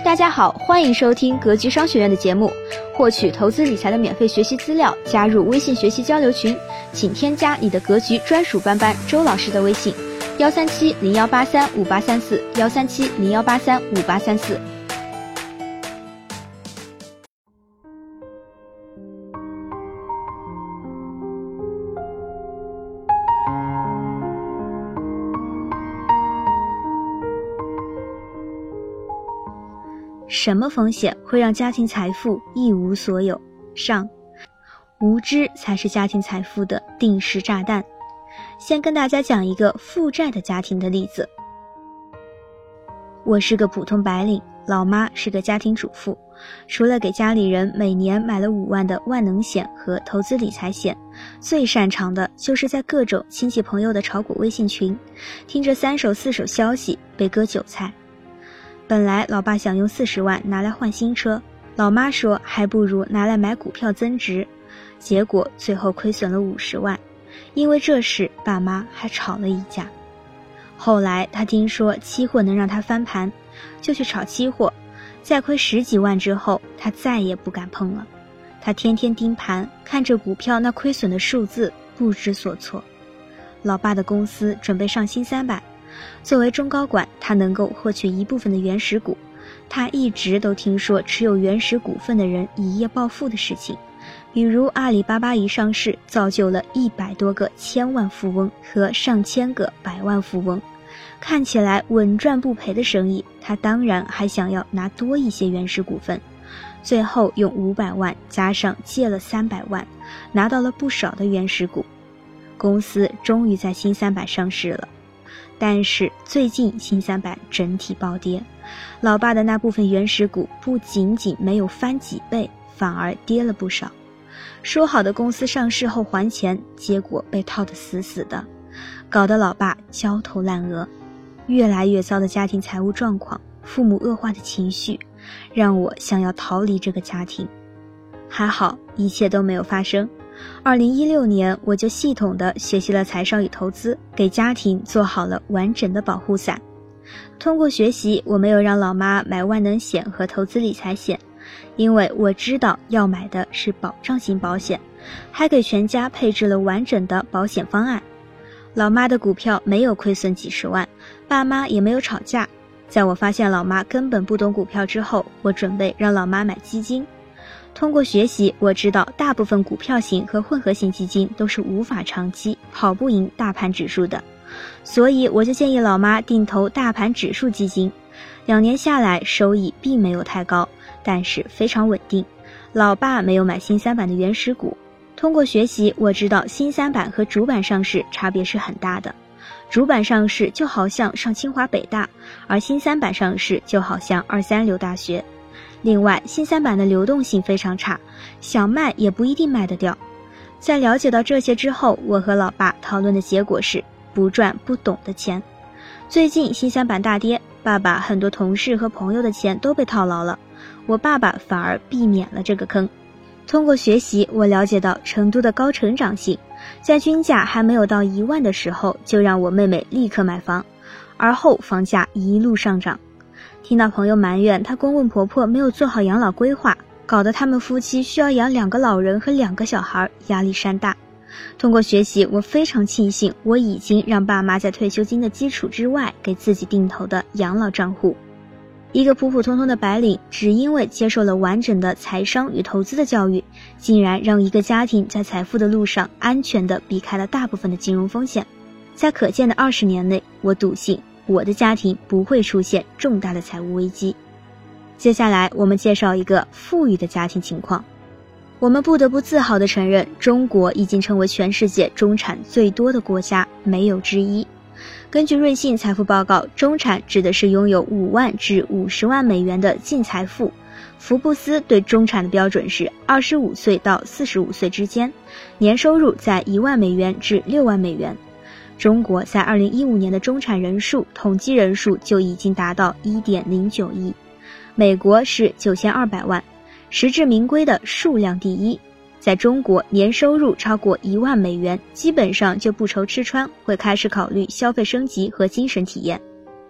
大家好，欢迎收听格局商学院的节目，获取投资理财的免费学习资料，加入微信学习交流群，请添加你的格局专属班班周老师的微信13701835834，13701835834。什么风险会让家庭财富一无所有？上，无知才是家庭财富的定时炸弹。先跟大家讲一个负债的家庭的例子。我是个普通白领，老妈是个家庭主妇，除了给家里人每年买了5万的万能险和投资理财险，最擅长的就是在各种亲戚朋友的炒股微信群，听着3手4手消息被割韭菜。本来老爸想用40万拿来换新车，老妈说还不如拿来买股票增值，结果最后亏损了50万，因为这事爸妈还吵了一架。后来他听说期货能让他翻盘，就去炒期货，在亏10几万之后，他再也不敢碰了。他天天盯盘，看着股票那亏损的数字不知所措。老爸的公司准备上新3板，作为中高管，他能够获取一部分的原始股。他一直都听说持有原始股份的人一夜暴富的事情，比如阿里巴巴一上市，造就了100多个千万富翁和上千个百万富翁。看起来稳赚不赔的生意，他当然还想要拿多一些原始股份。最后用500万加上借了300万，拿到了不少的原始股。公司终于在新3板上市了。但是最近新3板整体暴跌，老爸的那部分原始股不仅仅没有翻几倍，反而跌了不少。说好的公司上市后还钱，结果被套得死死的，搞得老爸焦头烂额。越来越糟的家庭财务状况，父母恶化的情绪，让我想要逃离这个家庭。还好一切都没有发生。2016年我就系统地学习了财商与投资，给家庭做好了完整的保护伞。通过学习，我没有让老妈买万能险和投资理财险，因为我知道要买的是保障型保险，还给全家配置了完整的保险方案。老妈的股票没有亏损几十万，爸妈也没有吵架。在我发现老妈根本不懂股票之后，我准备让老妈买基金。通过学习，我知道大部分股票型和混合型基金都是无法长期跑不赢大盘指数的，所以我就建议老妈定投大盘指数基金。2年下来，收益并没有太高，但是非常稳定。老爸没有买新3板的原始股。通过学习，我知道新3板和主板上市差别是很大的。主板上市就好像上清华北大，而新3板上市就好像2、3流大学。另外，新3板的流动性非常差，想卖也不一定卖得掉。在了解到这些之后，我和老爸讨论的结果是不赚不懂的钱。最近新3板大跌，爸爸很多同事和朋友的钱都被套牢了，我爸爸反而避免了这个坑。通过学习，我了解到成都的高成长性，在均价还没有到1万的时候，就让我妹妹立刻买房，而后房价一路上涨。听到朋友埋怨她公公婆婆没有做好养老规划，搞得他们夫妻需要养2个老人和2个小孩，压力山大。通过学习，我非常庆幸我已经让爸妈在退休金的基础之外给自己定投的养老账户。一个普普通通的白领，只因为接受了完整的财商与投资的教育，竟然让一个家庭在财富的路上安全地避开了大部分的金融风险。在可见的20年内，我笃信我的家庭不会出现重大的财务危机。接下来我们介绍一个富裕的家庭情况。我们不得不自豪地承认，中国已经成为全世界中产最多的国家，没有之一。根据瑞信财富报告，中产指的是拥有5万至50万美元的净财富。福布斯对中产的标准是25岁到45岁之间，年收入在1万美元至6万美元。中国在2015年的中产人数统计人数就已经达到 1.09 亿，美国是9200万，实至名归的数量第一。在中国，年收入超过1万美元，基本上就不愁吃穿，会开始考虑消费升级和精神体验。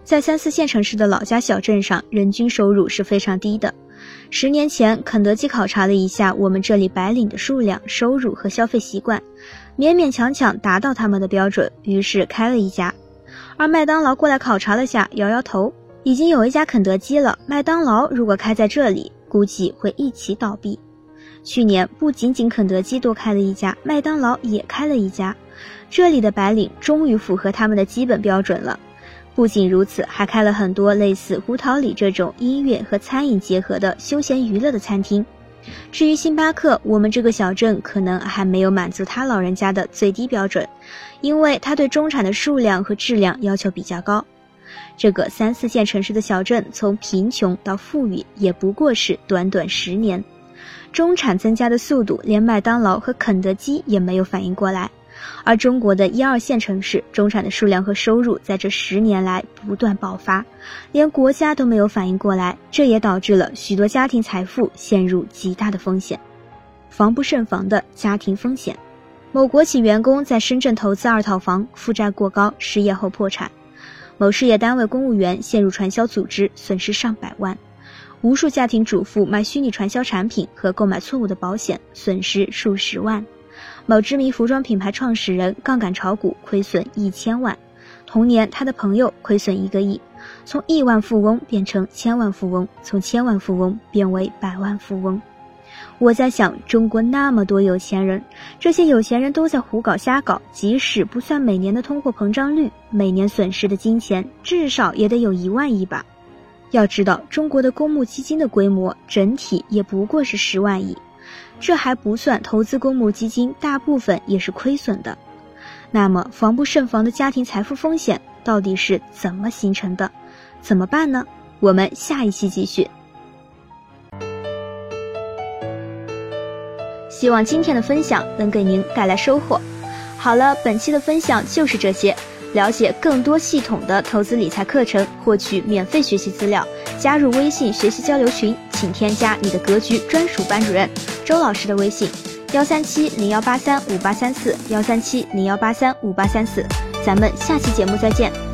在3、4线城市的老家小镇上，人均收入是非常低的。10年前，肯德基考察了一下我们这里白领的数量、收入和消费习惯，勉勉强强达到他们的标准，于是开了一家。而麦当劳过来考察了下，摇摇头，已经有一家肯德基了，麦当劳如果开在这里，估计会一起倒闭。去年不仅仅肯德基多开了一家，麦当劳也开了一家，这里的白领终于符合他们的基本标准了。不仅如此，还开了很多类似胡桃里这种音乐和餐饮结合的休闲娱乐的餐厅。至于星巴克，我们这个小镇可能还没有满足他老人家的最低标准，因为他对中产的数量和质量要求比较高。这个3、4线城市的小镇从贫穷到富裕也不过是短短10年，中产增加的速度连麦当劳和肯德基也没有反应过来。而中国的1、2线城市中产的数量和收入在这10年来不断爆发，连国家都没有反应过来，这也导致了许多家庭财富陷入极大的风险。防不胜防的家庭风险。某国企员工在深圳投资2套房，负债过高，失业后破产。某事业单位公务员陷入传销组织，损失上百万。无数家庭主妇卖虚拟传销产品和购买错误的保险，损失数十万。某知名服装品牌创始人杠杆炒股，亏损1000万。同年，他的朋友亏损1个亿，从亿万富翁变成千万富翁，从千万富翁变为百万富翁。我在想，中国那么多有钱人，这些有钱人都在胡搞瞎搞，即使不算每年的通货膨胀率，每年损失的金钱至少也得有1万亿吧。要知道，中国的公募基金的规模整体也不过是10万亿，这还不算投资公募基金大部分也是亏损的。那么防不胜防的家庭财富风险到底是怎么形成的？怎么办呢？我们下一期继续。希望今天的分享能给您带来收获。好了，本期的分享就是这些。了解更多系统的投资理财课程，获取免费学习资料，加入微信学习交流群，请添加你的格局专属班主任周老师的微信13701835834，13701835834。咱们下期节目再见。